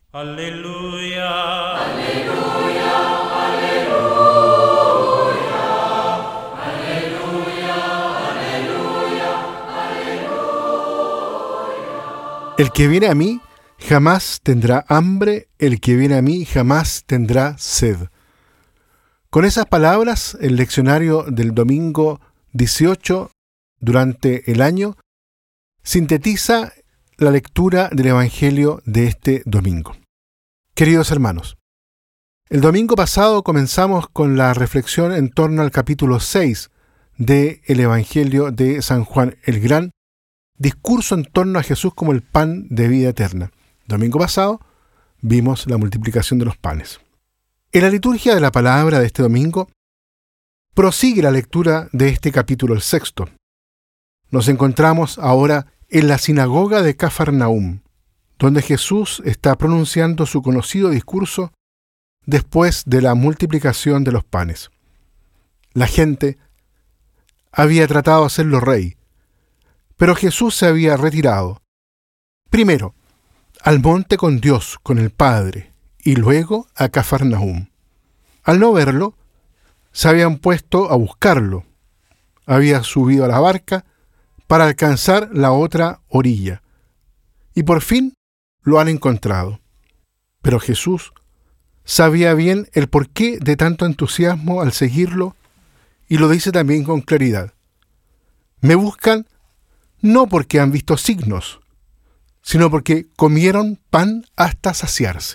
Aleluya. Aleluya, aleluya, aleluya, aleluya, aleluya. El que viene a mí jamás tendrá hambre, el que viene a mí jamás tendrá sed. Con esas palabras, el leccionario del domingo 18 durante el año sintetiza la lectura del Evangelio de este domingo. Queridos hermanos, el domingo pasado comenzamos con la reflexión en torno al capítulo 6 del Evangelio de San Juan el Gran, discurso en torno a Jesús como el pan de vida eterna. Domingo pasado vimos la multiplicación de los panes. En la liturgia de la palabra de este domingo prosigue la lectura de este capítulo, el 6. Nos encontramos ahora en la sinagoga de Cafarnaúm, donde Jesús está pronunciando su conocido discurso después de la multiplicación de los panes. La gente había tratado de hacerlo rey, pero Jesús se había retirado, primero al monte con Dios, con el Padre, y luego a Cafarnaúm. Al no verlo, se habían puesto a buscarlo. Había subido a la barca para alcanzar la otra orilla, y por fin lo han encontrado. Pero Jesús sabía bien el porqué de tanto entusiasmo al seguirlo, y lo dice también con claridad. Me buscan no porque han visto signos, sino porque comieron pan hasta saciarse.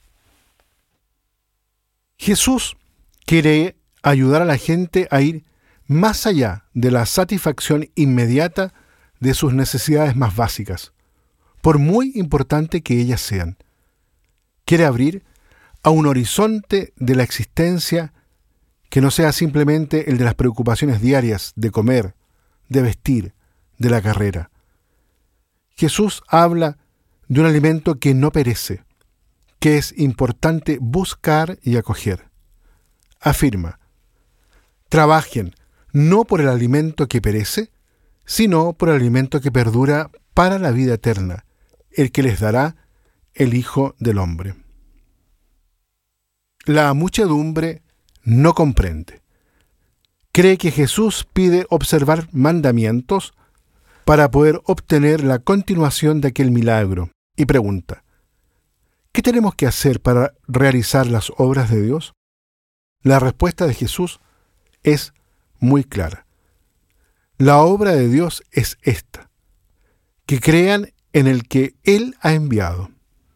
Jesús quiere ayudar a la gente a ir más allá de la satisfacción inmediata de sus necesidades más básicas, por muy importante que ellas sean. Quiere abrir a un horizonte de la existencia que no sea simplemente el de las preocupaciones diarias de comer, de vestir, de la carrera. Jesús habla de un alimento que no perece, que es importante buscar y acoger. Afirma: trabajen no por el alimento que perece, sino por el alimento que perdura para la vida eterna, el que les dará el Hijo del Hombre. La muchedumbre no comprende. Cree que Jesús pide observar mandamientos para poder obtener la continuación de aquel milagro, y pregunta: ¿qué tenemos que hacer para realizar las obras de Dios? La respuesta de Jesús es muy clara. La obra de Dios es esta: que crean en el que Él ha enviado.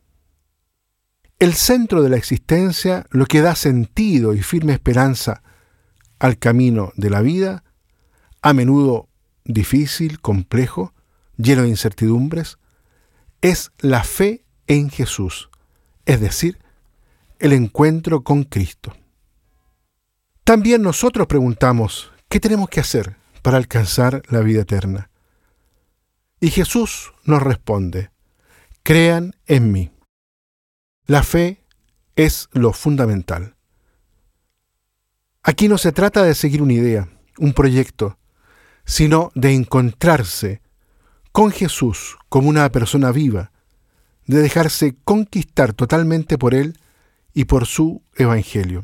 El centro de la existencia, lo que da sentido y firme esperanza al camino de la vida, a menudo difícil, complejo, lleno de incertidumbres, es la fe en Jesús, es decir, el encuentro con Cristo. También nosotros preguntamos, ¿qué tenemos que hacer para alcanzar la vida eterna? Y Jesús nos responde: crean en mí. La fe es lo fundamental. Aquí no se trata de seguir una idea, un proyecto, sino de encontrarse con Jesús como una persona viva, de dejarse conquistar totalmente por Él y por su Evangelio.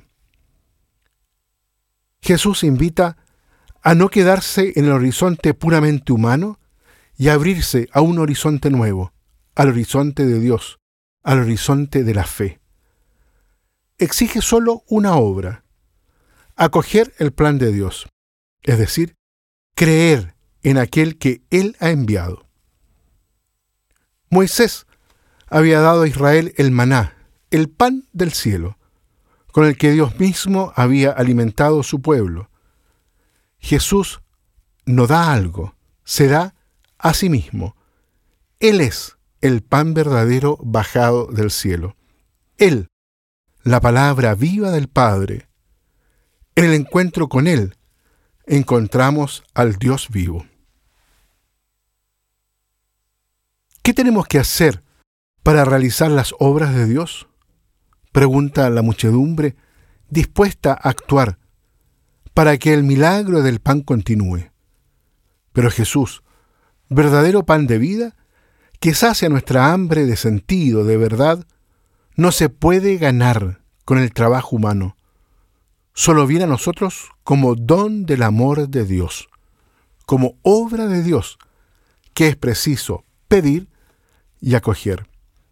Jesús invita a no quedarse en el horizonte puramente humano y a abrirse a un horizonte nuevo, al horizonte de Dios, al horizonte de la fe. Exige solo una obra: acoger el plan de Dios, es decir, creer en aquel que Él ha enviado. Moisés había dado a Israel el maná, el pan del cielo, con el que Dios mismo había alimentado su pueblo. Jesús no da algo, se da a sí mismo. Él es el pan verdadero bajado del cielo. Él, la palabra viva del Padre. En el encuentro con Él, encontramos al Dios vivo. ¿Qué tenemos que hacer para realizar las obras de Dios?, pregunta la muchedumbre, dispuesta a actuar para que el milagro del pan continúe. Pero Jesús, verdadero pan de vida, que sacia nuestra hambre de sentido, de verdad, no se puede ganar con el trabajo humano. Solo viene a nosotros como don del amor de Dios, como obra de Dios, que es preciso pedir y acoger.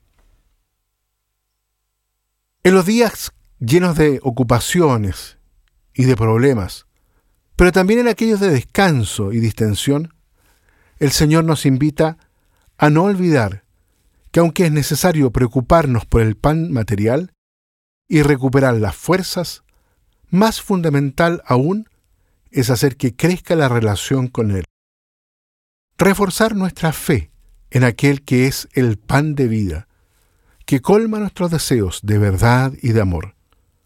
En los días llenos de ocupaciones y de problemas, pero también en aquellos de descanso y distensión, el Señor nos invita a no olvidar que aunque es necesario preocuparnos por el pan material y recuperar las fuerzas, más fundamental aún es hacer que crezca la relación con Él. Reforzar nuestra fe en aquel que es el pan de vida, que colma nuestros deseos de verdad y de amor.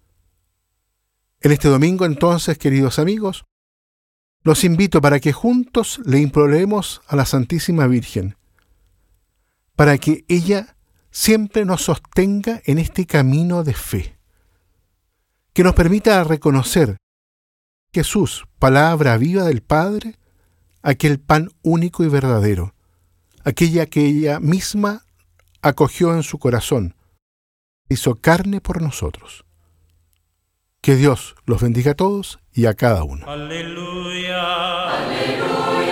En este domingo, entonces, queridos amigos, los invito para que juntos le imploremos a la Santísima Virgen, para que ella siempre nos sostenga en este camino de fe, que nos permita reconocer Jesús, palabra viva del Padre, aquel pan único y verdadero, aquella que ella misma acogió en su corazón, hizo carne por nosotros. Que Dios los bendiga a todos y a cada uno. Aleluya. Aleluya.